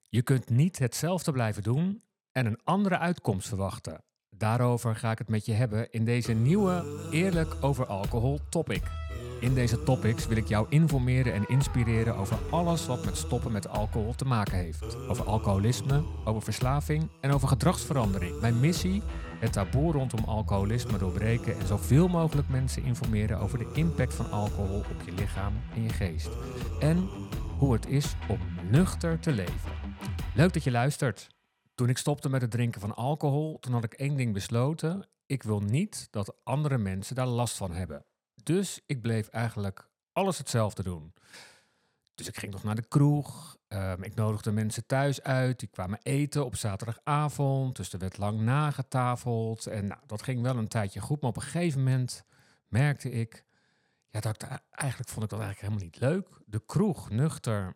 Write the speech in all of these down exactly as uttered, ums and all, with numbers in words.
Je kunt niet hetzelfde blijven doen en een andere uitkomst verwachten. Daarover ga ik het met je hebben in deze nieuwe Eerlijk over alcohol topic. In deze topics wil ik jou informeren en inspireren over alles wat met stoppen met alcohol te maken heeft. Over alcoholisme, over verslaving en over gedragsverandering. Mijn missie: het taboe rondom alcoholisme doorbreken en zoveel mogelijk mensen informeren over de impact van alcohol op je lichaam en je geest. En hoe het is om nuchter te leven. Leuk dat je luistert. Toen ik stopte met het drinken van alcohol, toen had ik één ding besloten. Ik wil niet dat andere mensen daar last van hebben. Dus ik bleef eigenlijk alles hetzelfde doen. Dus ik ging nog naar de kroeg. ehm, ik nodigde mensen thuis uit. Die kwamen eten op zaterdagavond. Dus er werd lang nagetafeld. En nou, dat ging wel een tijdje goed. Maar op een gegeven moment merkte ik... Ja, dat ik daar- eigenlijk vond ik dat eigenlijk helemaal niet leuk. De kroeg, nuchter.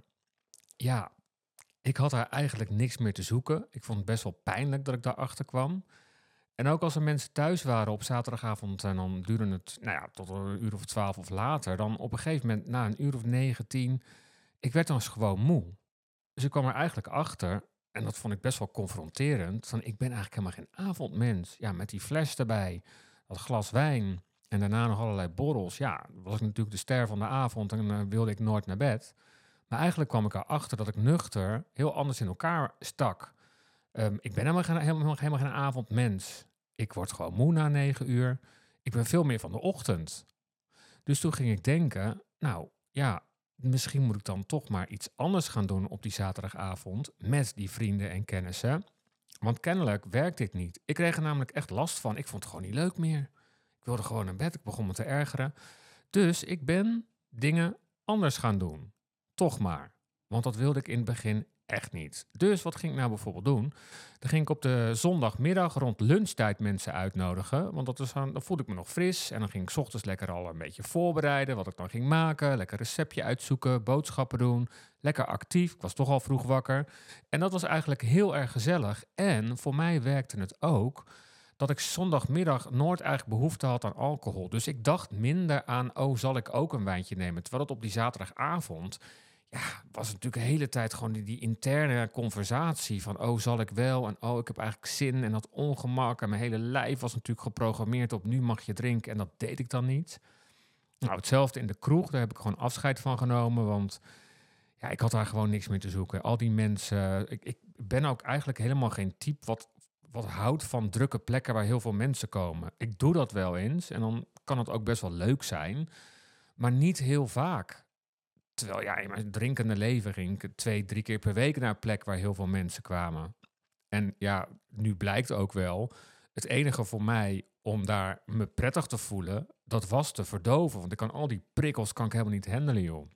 Ja, ik had daar eigenlijk niks meer te zoeken. Ik vond het best wel pijnlijk dat ik daarachter kwam. En ook als er mensen thuis waren op zaterdagavond en dan duurde het, nou ja, tot een uur of twaalf of later, dan op een gegeven moment, na een uur of negen, tien, ik werd dan eens gewoon moe. Dus ik kwam er eigenlijk achter, en dat vond ik best wel confronterend, van ik ben eigenlijk helemaal geen avondmens. Ja, met die fles erbij, dat glas wijn en daarna nog allerlei borrels. Ja, was ik natuurlijk de ster van de avond en dan wilde ik nooit naar bed. Maar eigenlijk kwam ik erachter dat ik nuchter heel anders in elkaar stak. Ehm, ik ben helemaal geen, helemaal, helemaal geen avondmens. Ik word gewoon moe na negen uur. Ik ben veel meer van de ochtend. Dus toen ging ik denken, nou ja, misschien moet ik dan toch maar iets anders gaan doen op die zaterdagavond met die vrienden en kennissen. Want kennelijk werkt dit niet. Ik kreeg er namelijk echt last van. Ik vond het gewoon niet leuk meer. Ik wilde gewoon naar bed. Ik begon me te ergeren. Dus ik ben dingen anders gaan doen. Toch maar. Want dat wilde ik in het begin echt niet. Dus wat ging ik nou bijvoorbeeld doen? Dan ging ik op de zondagmiddag rond lunchtijd mensen uitnodigen. Want dat was dan, dan voelde ik me nog fris. En dan ging ik 's ochtends lekker al een beetje voorbereiden. Wat ik dan ging maken. Lekker receptje uitzoeken. Boodschappen doen. Lekker actief. Ik was toch al vroeg wakker. En dat was eigenlijk heel erg gezellig. En voor mij werkte het ook dat ik zondagmiddag nooit eigenlijk behoefte had aan alcohol. Dus ik dacht minder aan, oh, zal ik ook een wijntje nemen? Terwijl het op die zaterdagavond, ja, was het natuurlijk de hele tijd gewoon die, die interne conversatie van, oh, zal ik wel? En oh, ik heb eigenlijk zin en dat ongemak. En mijn hele lijf was natuurlijk geprogrammeerd op, nu mag je drinken. En dat deed ik dan niet. Nou, hetzelfde in de kroeg, daar heb ik gewoon afscheid van genomen, want ja, ik had daar gewoon niks meer te zoeken. Al die mensen, ik, ik ben ook eigenlijk helemaal geen type wat, wat houdt van drukke plekken waar heel veel mensen komen. Ik doe dat wel eens en dan kan het ook best wel leuk zijn, maar niet heel vaak. Terwijl ja, in mijn drinkende leven ging ik twee, drie keer per week naar een plek waar heel veel mensen kwamen. En ja, nu blijkt ook wel, het enige voor mij om daar me prettig te voelen, dat was te verdoven. Want ik kan al die prikkels kan ik helemaal niet handelen, joh.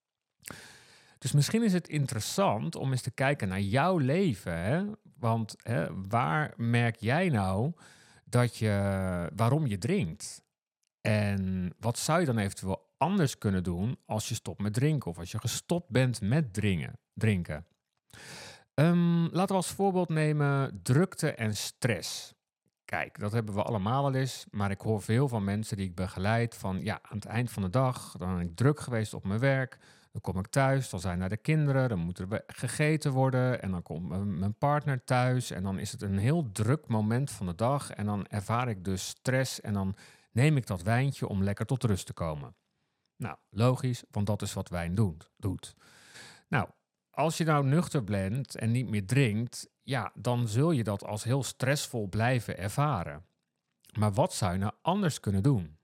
Dus misschien is het interessant om eens te kijken naar jouw leven. Hè? Want hè, waar merk jij nou dat je, waarom je drinkt? En wat zou je dan eventueel anders kunnen doen als je stopt met drinken of als je gestopt bent met dringen, drinken? Ehm, laten we als voorbeeld nemen drukte en stress. Kijk, dat hebben we allemaal wel eens, maar ik hoor veel van mensen die ik begeleid van ja, aan het eind van de dag, dan ben ik druk geweest op mijn werk, dan kom ik thuis, dan zijn er de kinderen, dan moet er we- gegeten worden en dan komt mijn mijn partner thuis en dan is het een heel druk moment van de dag en dan ervaar ik dus stress en dan neem ik dat wijntje om lekker tot rust te komen. Nou, logisch, want dat is wat wijn doet. doet. Nou, als je nou nuchter bent en niet meer drinkt, ja, dan zul je dat als heel stressvol blijven ervaren. Maar wat zou je nou anders kunnen doen?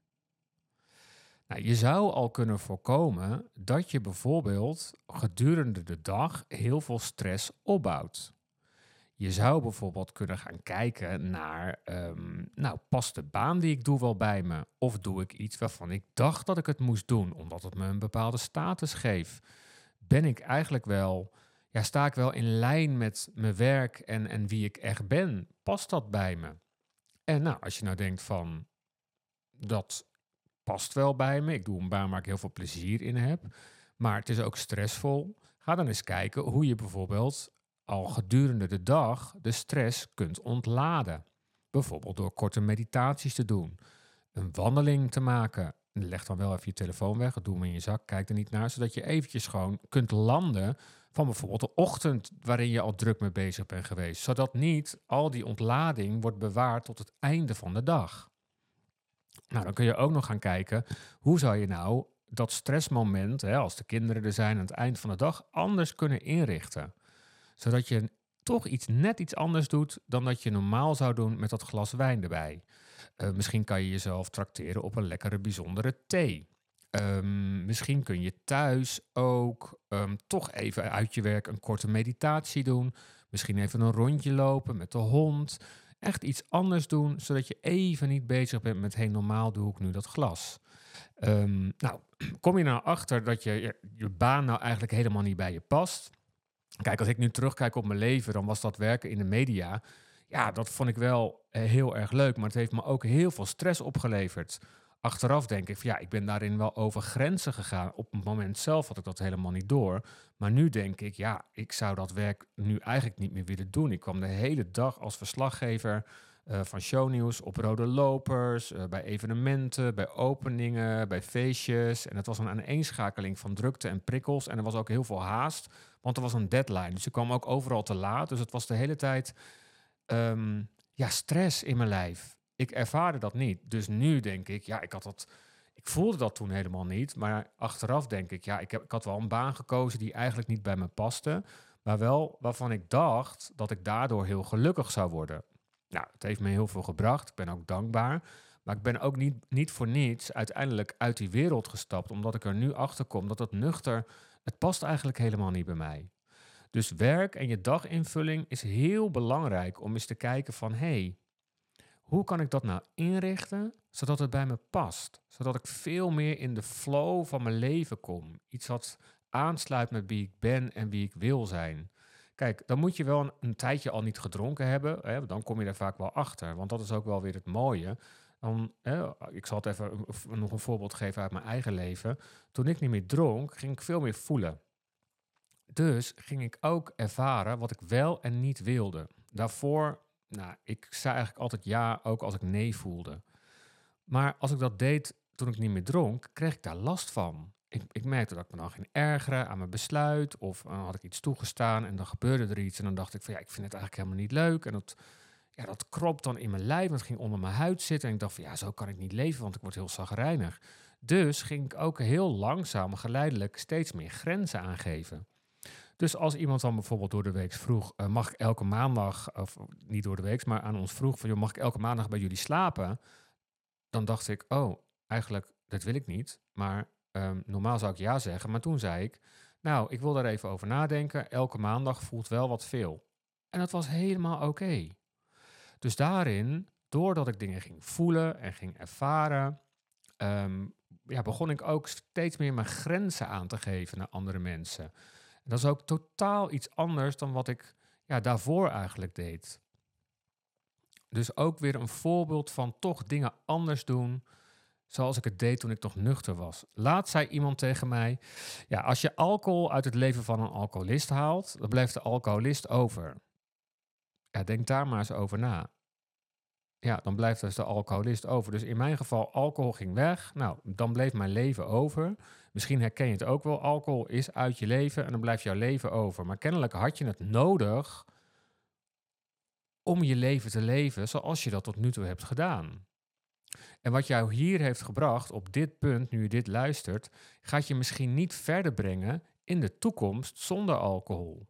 Nou, je zou al kunnen voorkomen dat je bijvoorbeeld gedurende de dag heel veel stress opbouwt. Je zou bijvoorbeeld kunnen gaan kijken naar, ehm, nou, past de baan die ik doe wel bij me? Of doe ik iets waarvan ik dacht dat ik het moest doen, omdat het me een bepaalde status geeft? Ben ik eigenlijk wel, ja, sta ik wel in lijn met mijn werk en, en wie ik echt ben? Past dat bij me? En nou, als je nou denkt van, dat past wel bij me, ik doe een baan waar ik heel veel plezier in heb, maar het is ook stressvol, ga dan eens kijken hoe je bijvoorbeeld al gedurende de dag de stress kunt ontladen. Bijvoorbeeld door korte meditaties te doen, een wandeling te maken. Leg dan wel even je telefoon weg, doe hem in je zak, kijk er niet naar, zodat je eventjes gewoon kunt landen van bijvoorbeeld de ochtend waarin je al druk mee bezig bent geweest. Zodat niet al die ontlading wordt bewaard tot het einde van de dag. Nou, dan kun je ook nog gaan kijken, hoe zou je nou dat stressmoment, hè, als de kinderen er zijn aan het eind van de dag, anders kunnen inrichten. Zodat je toch iets net iets anders doet dan dat je normaal zou doen met dat glas wijn erbij. Eh, misschien kan je jezelf trakteren op een lekkere bijzondere thee. Ehm, misschien kun je thuis ook ehm, toch even uit je werk een korte meditatie doen. Misschien even een rondje lopen met de hond. Echt iets anders doen, zodat je even niet bezig bent met hey, normaal doe ik nu dat glas. Ehm, nou, kom je nou achter dat je, je je baan nou eigenlijk helemaal niet bij je past? Kijk, als ik nu terugkijk op mijn leven, dan was dat werken in de media. Ja, dat vond ik wel eh, heel erg leuk, maar het heeft me ook heel veel stress opgeleverd. Achteraf denk ik, van, ja, ik ben daarin wel over grenzen gegaan. Op het moment zelf had ik dat helemaal niet door. Maar nu denk ik, ja, ik zou dat werk nu eigenlijk niet meer willen doen. Ik kwam de hele dag als verslaggever eh, van shownieuws op rode lopers, eh, bij evenementen, bij openingen, bij feestjes. En het was een aaneenschakeling van drukte en prikkels. En er was ook heel veel haast. Want er was een deadline, dus ik kwam ook overal te laat. Dus het was de hele tijd ehm, ja, stress in mijn lijf. Ik ervaarde dat niet. Dus nu denk ik, ja, ik had dat. Ik voelde dat toen helemaal niet. Maar achteraf denk ik, ja, ik, heb, ik had wel een baan gekozen die eigenlijk niet bij me paste. Maar wel waarvan ik dacht dat ik daardoor heel gelukkig zou worden. Nou, het heeft me heel veel gebracht. Ik ben ook dankbaar. Maar ik ben ook niet, niet voor niets uiteindelijk uit die wereld gestapt. Omdat ik er nu achter kom dat het nuchter het past eigenlijk helemaal niet bij mij. Dus werk en je daginvulling is heel belangrijk om eens te kijken van hé, hey, hoe kan ik dat nou inrichten zodat het bij me past? Zodat ik veel meer in de flow van mijn leven kom. Iets wat aansluit met wie ik ben en wie ik wil zijn. Kijk, dan moet je wel een, een tijdje al niet gedronken hebben. Hè, dan kom je er vaak wel achter. Want dat is ook wel weer het mooie. Dan, hè, ik zal het even een- een- nog een voorbeeld geven uit mijn eigen leven. Toen ik niet meer dronk, ging ik veel meer voelen. Dus ging ik ook ervaren wat ik wel en niet wilde. Daarvoor, nou, ik zei eigenlijk altijd ja, ook als ik nee voelde. Maar als ik dat deed toen ik niet meer dronk, kreeg ik daar last van. Ik, ik merkte dat ik me dan ging ergeren aan mijn besluit. Of dan had ik iets toegestaan en dan gebeurde er iets. En dan dacht ik van ja, ik vind het eigenlijk helemaal niet leuk. En dat, ja, dat kropt dan in mijn lijf. Het ging onder mijn huid zitten. En ik dacht van ja, zo kan ik niet leven, want ik word heel chagrijnig. Dus ging ik ook heel langzaam, geleidelijk steeds meer grenzen aangeven. Dus als iemand dan bijvoorbeeld door de week vroeg, eh, mag ik elke maandag, of niet door de week, maar aan ons vroeg van, joh, mag ik elke maandag bij jullie slapen? Dan dacht ik, oh, eigenlijk, dat wil ik niet. Maar ehm, normaal zou ik ja zeggen. Maar toen zei ik, nou, ik wil daar even over nadenken. Elke maandag voelt wel wat veel. En dat was helemaal oké. Dus daarin, doordat ik dingen ging voelen en ging ervaren, ehm, ja, begon ik ook steeds meer mijn grenzen aan te geven naar andere mensen. En dat is ook totaal iets anders dan wat ik ja, daarvoor eigenlijk deed. Dus ook weer een voorbeeld van toch dingen anders doen zoals ik het deed toen ik nog nuchter was. Laatst zei iemand tegen mij, ja, als je alcohol uit het leven van een alcoholist haalt, dan blijft de alcoholist over. Ja, denk daar maar eens over na. Ja, dan blijft dus de alcoholist over. Dus in mijn geval, alcohol ging weg. Nou, dan bleef mijn leven over. Misschien herken je het ook wel. Alcohol is uit je leven en dan blijft jouw leven over. Maar kennelijk had je het nodig om je leven te leven zoals je dat tot nu toe hebt gedaan. En wat jou hier heeft gebracht, op dit punt, nu je dit luistert, gaat je misschien niet verder brengen in de toekomst zonder alcohol.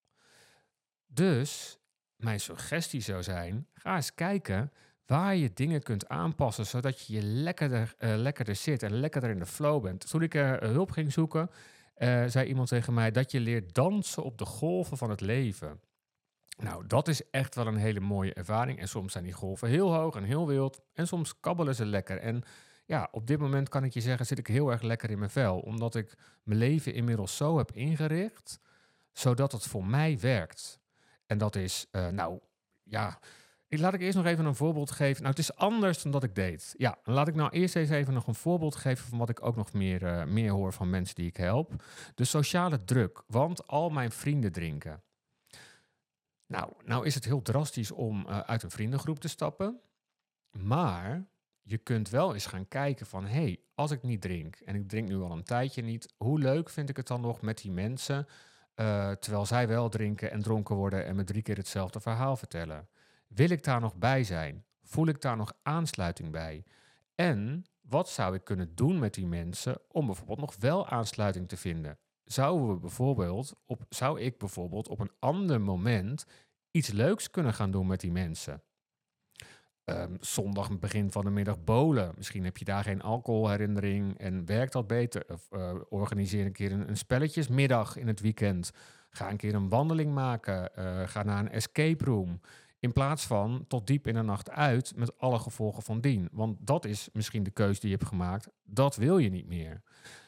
Dus mijn suggestie zou zijn, ga eens kijken waar je dingen kunt aanpassen, zodat je je lekkerder, eh, lekkerder zit en lekkerder in de flow bent. Toen ik er hulp ging zoeken, eh, zei iemand tegen mij dat je leert dansen op de golven van het leven. Nou, dat is echt wel een hele mooie ervaring. En soms zijn die golven heel hoog en heel wild. En soms kabbelen ze lekker. En ja, op dit moment kan ik je zeggen, zit ik heel erg lekker in mijn vel. Omdat ik mijn leven inmiddels zo heb ingericht, zodat het voor mij werkt. En dat is, eh, nou, ja, ik, laat ik eerst nog even een voorbeeld geven. Nou, het is anders dan dat ik deed. Ja, dan laat ik nou eerst eens even nog een voorbeeld geven van wat ik ook nog meer, eh, meer hoor van mensen die ik help. De sociale druk, want al mijn vrienden drinken. Nou, nou is het heel drastisch om eh, uit een vriendengroep te stappen. Maar je kunt wel eens gaan kijken van, hé, hey, als ik niet drink, en ik drink nu al een tijdje niet, hoe leuk vind ik het dan nog met die mensen Uh, terwijl zij wel drinken en dronken worden en me drie keer hetzelfde verhaal vertellen. Wil ik daar nog bij zijn? Voel ik daar nog aansluiting bij? En wat zou ik kunnen doen met die mensen om bijvoorbeeld nog wel aansluiting te vinden? Zouden we bijvoorbeeld op, zou ik bijvoorbeeld op een ander moment iets leuks kunnen gaan doen met die mensen? Um, zondag begin van de middag bowlen. Misschien heb je daar geen alcoholherinnering en werkt dat beter. Of uh, organiseer een keer een, een spelletjesmiddag in het weekend. Ga een keer een wandeling maken. Uh, ga naar een escape room. In plaats van tot diep in de nacht uit met alle gevolgen van dien. Want dat is misschien de keus die je hebt gemaakt. Dat wil je niet meer.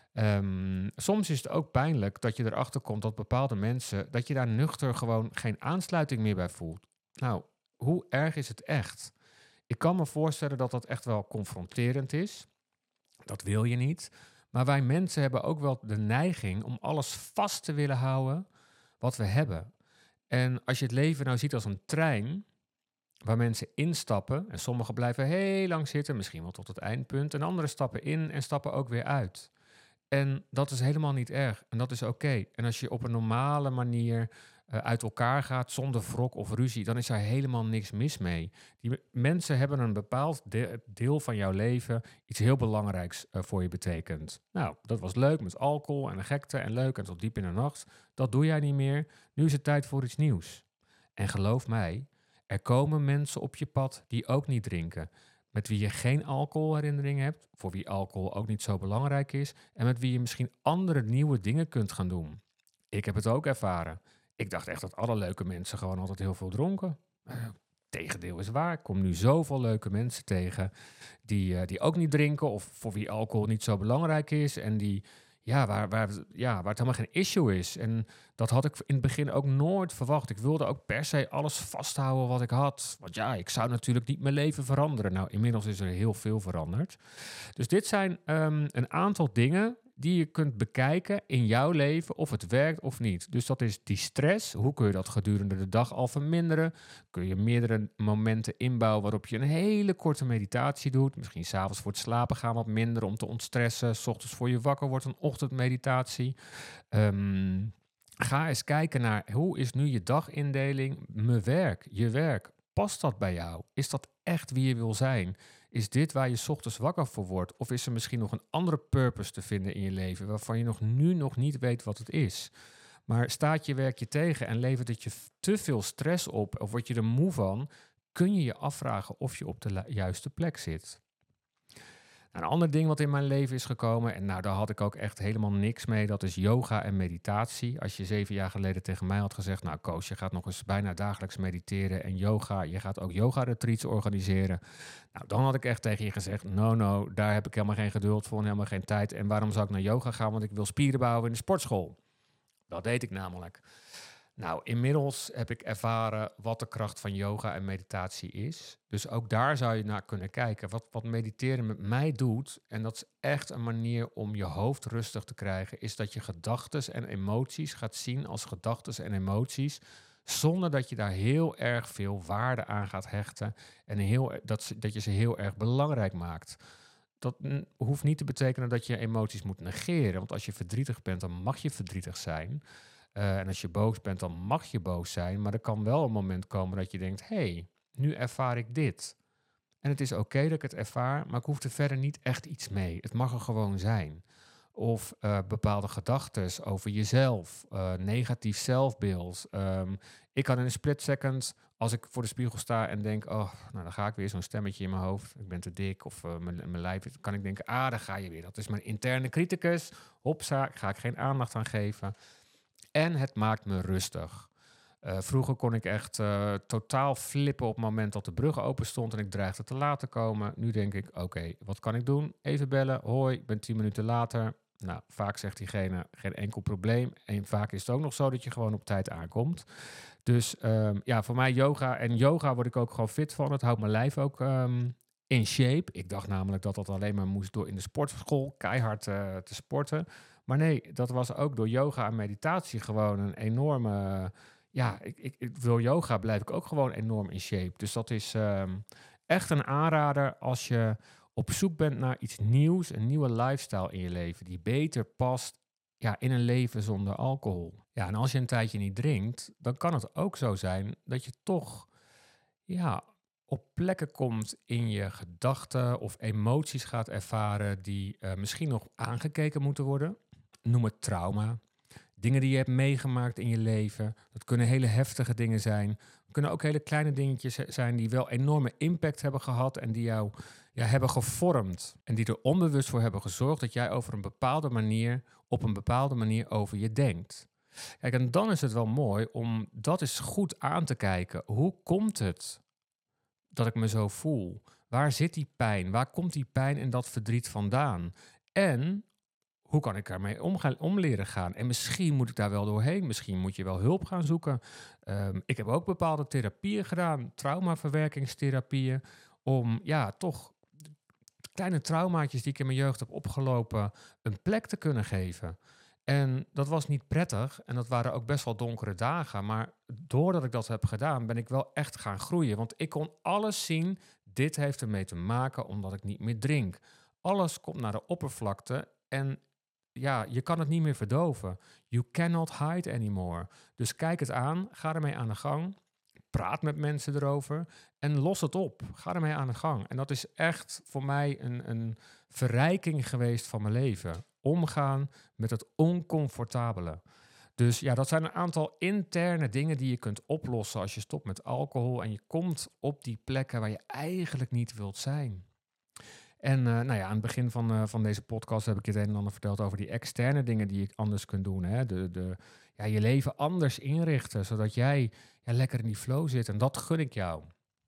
Um, soms is het ook pijnlijk dat je erachter komt dat bepaalde mensen, dat je daar nuchter gewoon geen aansluiting meer bij voelt. Nou, hoe erg is het echt? Ik kan me voorstellen dat dat echt wel confronterend is. Dat wil je niet. Maar wij mensen hebben ook wel de neiging om alles vast te willen houden wat we hebben. En als je het leven nou ziet als een trein waar mensen instappen en sommigen blijven heel lang zitten, misschien wel tot het eindpunt, en anderen stappen in en stappen ook weer uit. En dat is helemaal niet erg en dat is oké. Okay. En als je op een normale manier uh, uit elkaar gaat zonder wrok of ruzie, dan is daar helemaal niks mis mee. Die mensen hebben een bepaald de- deel van jouw leven iets heel belangrijks uh, voor je betekend. Nou, dat was leuk met alcohol en de gekte en leuk en tot diep in de nacht. Dat doe jij niet meer. Nu is het tijd voor iets nieuws. En geloof mij, er komen mensen op je pad die ook niet drinken, met wie je geen alcoholherinneringen hebt, voor wie alcohol ook niet zo belangrijk is en met wie je misschien andere nieuwe dingen kunt gaan doen. Ik heb het ook ervaren. Ik dacht echt dat alle leuke mensen gewoon altijd heel veel dronken. Uh, tegendeel is waar. Ik kom nu zoveel leuke mensen tegen die, uh, die ook niet drinken of voor wie alcohol niet zo belangrijk is en die, ja, waar, waar, ja, waar het helemaal geen issue is. En dat had ik in het begin ook nooit verwacht. Ik wilde ook per se alles vasthouden wat ik had. Want ja, ik zou natuurlijk niet mijn leven veranderen. Nou, inmiddels is er heel veel veranderd. Dus dit zijn um, een aantal dingen die je kunt bekijken in jouw leven of het werkt of niet. Dus dat is die stress. Hoe kun je dat gedurende de dag al verminderen? Kun je meerdere momenten inbouwen waarop je een hele korte meditatie doet. Misschien 's avonds voor het slapen gaan wat minder om te ontstressen. 's Ochtends voor je wakker wordt een ochtendmeditatie. Um, ga eens kijken naar hoe is nu je dagindeling, mijn werk, je werk. Past dat bij jou? Is dat echt wie je wil zijn? Is dit waar je 's ochtends wakker voor wordt? Of is er misschien nog een andere purpose te vinden in je leven waarvan je nog nu nog niet weet wat het is? Maar staat je werk je tegen en levert het je te veel stress op of word je er moe van, kun je je afvragen of je op de la- juiste plek zit. Een ander ding wat in mijn leven is gekomen, en nou daar had ik ook echt helemaal niks mee, dat is yoga en meditatie. Als je zeven jaar geleden tegen mij had gezegd, nou Koos, je gaat nog eens bijna dagelijks mediteren en yoga, je gaat ook yoga-retreats organiseren. Nou, dan had ik echt tegen je gezegd, no, no, daar heb ik helemaal geen geduld voor en helemaal geen tijd. En waarom zou ik naar yoga gaan? Want ik wil spieren bouwen in de sportschool. Dat deed ik namelijk. Nou, inmiddels heb ik ervaren wat de kracht van yoga en meditatie is. Dus ook daar zou je naar kunnen kijken. Wat, wat mediteren met mij doet, en dat is echt een manier om je hoofd rustig te krijgen, is dat je gedachten en emoties gaat zien als gedachten en emoties, zonder dat je daar heel erg veel waarde aan gaat hechten en heel, dat, ze- dat je ze heel erg belangrijk maakt. Dat mm, hoeft niet te betekenen dat je emoties moet negeren. Want als je verdrietig bent, dan mag je verdrietig zijn. Uh, en als je boos bent, dan mag je boos zijn. Maar er kan wel een moment komen dat je denkt, hé, hey, nu ervaar ik dit. En het is oké okay dat ik het ervaar, maar ik hoef er verder niet echt iets mee. Het mag er gewoon zijn. Of uh, bepaalde gedachten over jezelf, uh, negatief zelfbeeld. Um, ik kan in een split second, als ik voor de spiegel sta en denk, oh, nou dan ga ik weer, zo'n stemmetje in mijn hoofd. Ik ben te dik of uh, mijn, mijn lijf, kan ik denken, ah, daar ga je weer. Dat is mijn interne criticus. Hopsa, ga ik geen aandacht aan geven. En het maakt me rustig. Uh, vroeger kon ik echt uh, totaal flippen op het moment dat de brug open stond en ik dreigde te laat te komen. Nu denk ik, oké, okay, wat kan ik doen? Even bellen, hoi, ik ben tien minuten later. Nou, vaak zegt diegene, geen enkel probleem. En vaak is het ook nog zo dat je gewoon op tijd aankomt. Dus um, ja, voor mij yoga. En yoga word ik ook gewoon fit van. Het houdt mijn lijf ook um, in shape. Ik dacht namelijk dat dat alleen maar moest door in de sportschool keihard uh, te sporten. Maar nee, dat was ook door yoga en meditatie gewoon een enorme... Ja, ik, ik, ik, door yoga blijf ik ook gewoon enorm in shape. Dus dat is um, echt een aanrader als je op zoek bent naar iets nieuws, een nieuwe lifestyle in je leven die beter past ja, in een leven zonder alcohol. Ja, en als je een tijdje niet drinkt, dan kan het ook zo zijn dat je toch ja, op plekken komt in je gedachten of emoties gaat ervaren die uh, misschien nog aangekeken moeten worden. Noem het trauma. Dingen die je hebt meegemaakt in je leven. Dat kunnen hele heftige dingen zijn. Het kunnen ook hele kleine dingetjes zijn die wel enorme impact hebben gehad en die jou ja, hebben gevormd. En die er onbewust voor hebben gezorgd dat jij over een bepaalde manier, op een bepaalde manier over je denkt. Kijk, en dan is het wel mooi om dat eens goed aan te kijken. Hoe komt het dat ik me zo voel? Waar zit die pijn? Waar komt die pijn en dat verdriet vandaan? En hoe kan ik daarmee omgaan, om leren gaan? En misschien moet ik daar wel doorheen. Misschien moet je wel hulp gaan zoeken. Um, ik heb ook bepaalde therapieën gedaan, traumaverwerkingstherapieën, om ja, toch kleine traumaatjes die ik in mijn jeugd heb opgelopen een plek te kunnen geven. En dat was niet prettig en dat waren ook best wel donkere dagen. Maar doordat ik dat heb gedaan, ben ik wel echt gaan groeien. Want ik kon alles zien, dit heeft ermee te maken omdat ik niet meer drink. Alles komt naar de oppervlakte en ja, je kan het niet meer verdoven. You cannot hide anymore. Dus kijk het aan, ga ermee aan de gang. Praat met mensen erover en los het op. Ga ermee aan de gang. En dat is echt voor mij een, een verrijking geweest van mijn leven. Omgaan met het oncomfortabele. Dus ja, dat zijn een aantal interne dingen die je kunt oplossen als je stopt met alcohol en je komt op die plekken waar je eigenlijk niet wilt zijn. En uh, nou ja, aan het begin van, uh, van deze podcast heb ik je het een en ander verteld over die externe dingen die je anders kunt doen. Hè? De, de, ja, je leven anders inrichten, zodat jij ja, lekker in die flow zit. En dat gun ik jou.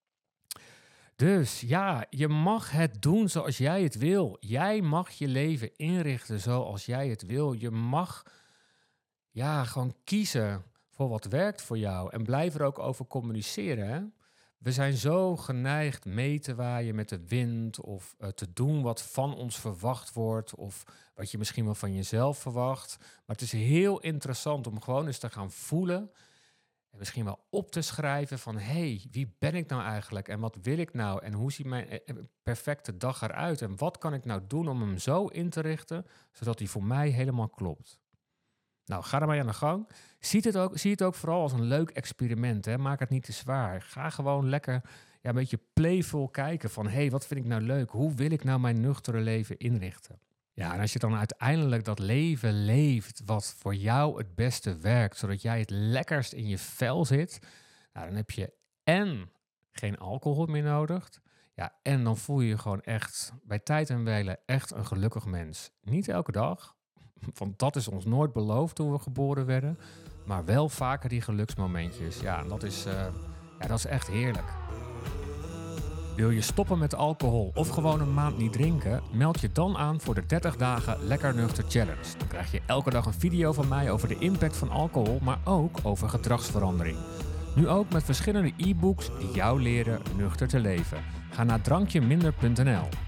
Dus ja, je mag het doen zoals jij het wil. Jij mag je leven inrichten zoals jij het wil. Je mag ja, gewoon kiezen voor wat werkt voor jou. En blijf er ook over communiceren, hè? We zijn zo geneigd mee te waaien met de wind of uh, te doen wat van ons verwacht wordt of wat je misschien wel van jezelf verwacht. Maar het is heel interessant om gewoon eens te gaan voelen en misschien wel op te schrijven van hé, hey, wie ben ik nou eigenlijk en wat wil ik nou en hoe ziet mijn uh, perfecte dag eruit en wat kan ik nou doen om hem zo in te richten zodat hij voor mij helemaal klopt. Nou, ga er maar aan de gang. Zie het ook, zie het ook vooral als een leuk experiment. Hè? Maak het niet te zwaar. Ga gewoon lekker ja, een beetje playful kijken van hé, hey, wat vind ik nou leuk? Hoe wil ik nou mijn nuchtere leven inrichten? Ja, en als je dan uiteindelijk dat leven leeft wat voor jou het beste werkt, zodat jij het lekkerst in je vel zit, nou, dan heb je en geen alcohol meer nodig. Ja, en dan voel je je gewoon echt bij tijd en wijle echt een gelukkig mens. Niet elke dag. Want dat is ons nooit beloofd toen we geboren werden. Maar wel vaker die geluksmomentjes. Ja, en dat is, uh, ja, dat is echt heerlijk. Wil je stoppen met alcohol of gewoon een maand niet drinken? Meld je dan aan voor de dertig dagen Lekker Nuchter Challenge. Dan krijg je elke dag een video van mij over de impact van alcohol, maar ook over gedragsverandering. Nu ook met verschillende e-books die jou leren nuchter te leven. Ga naar drankjeminder punt n l.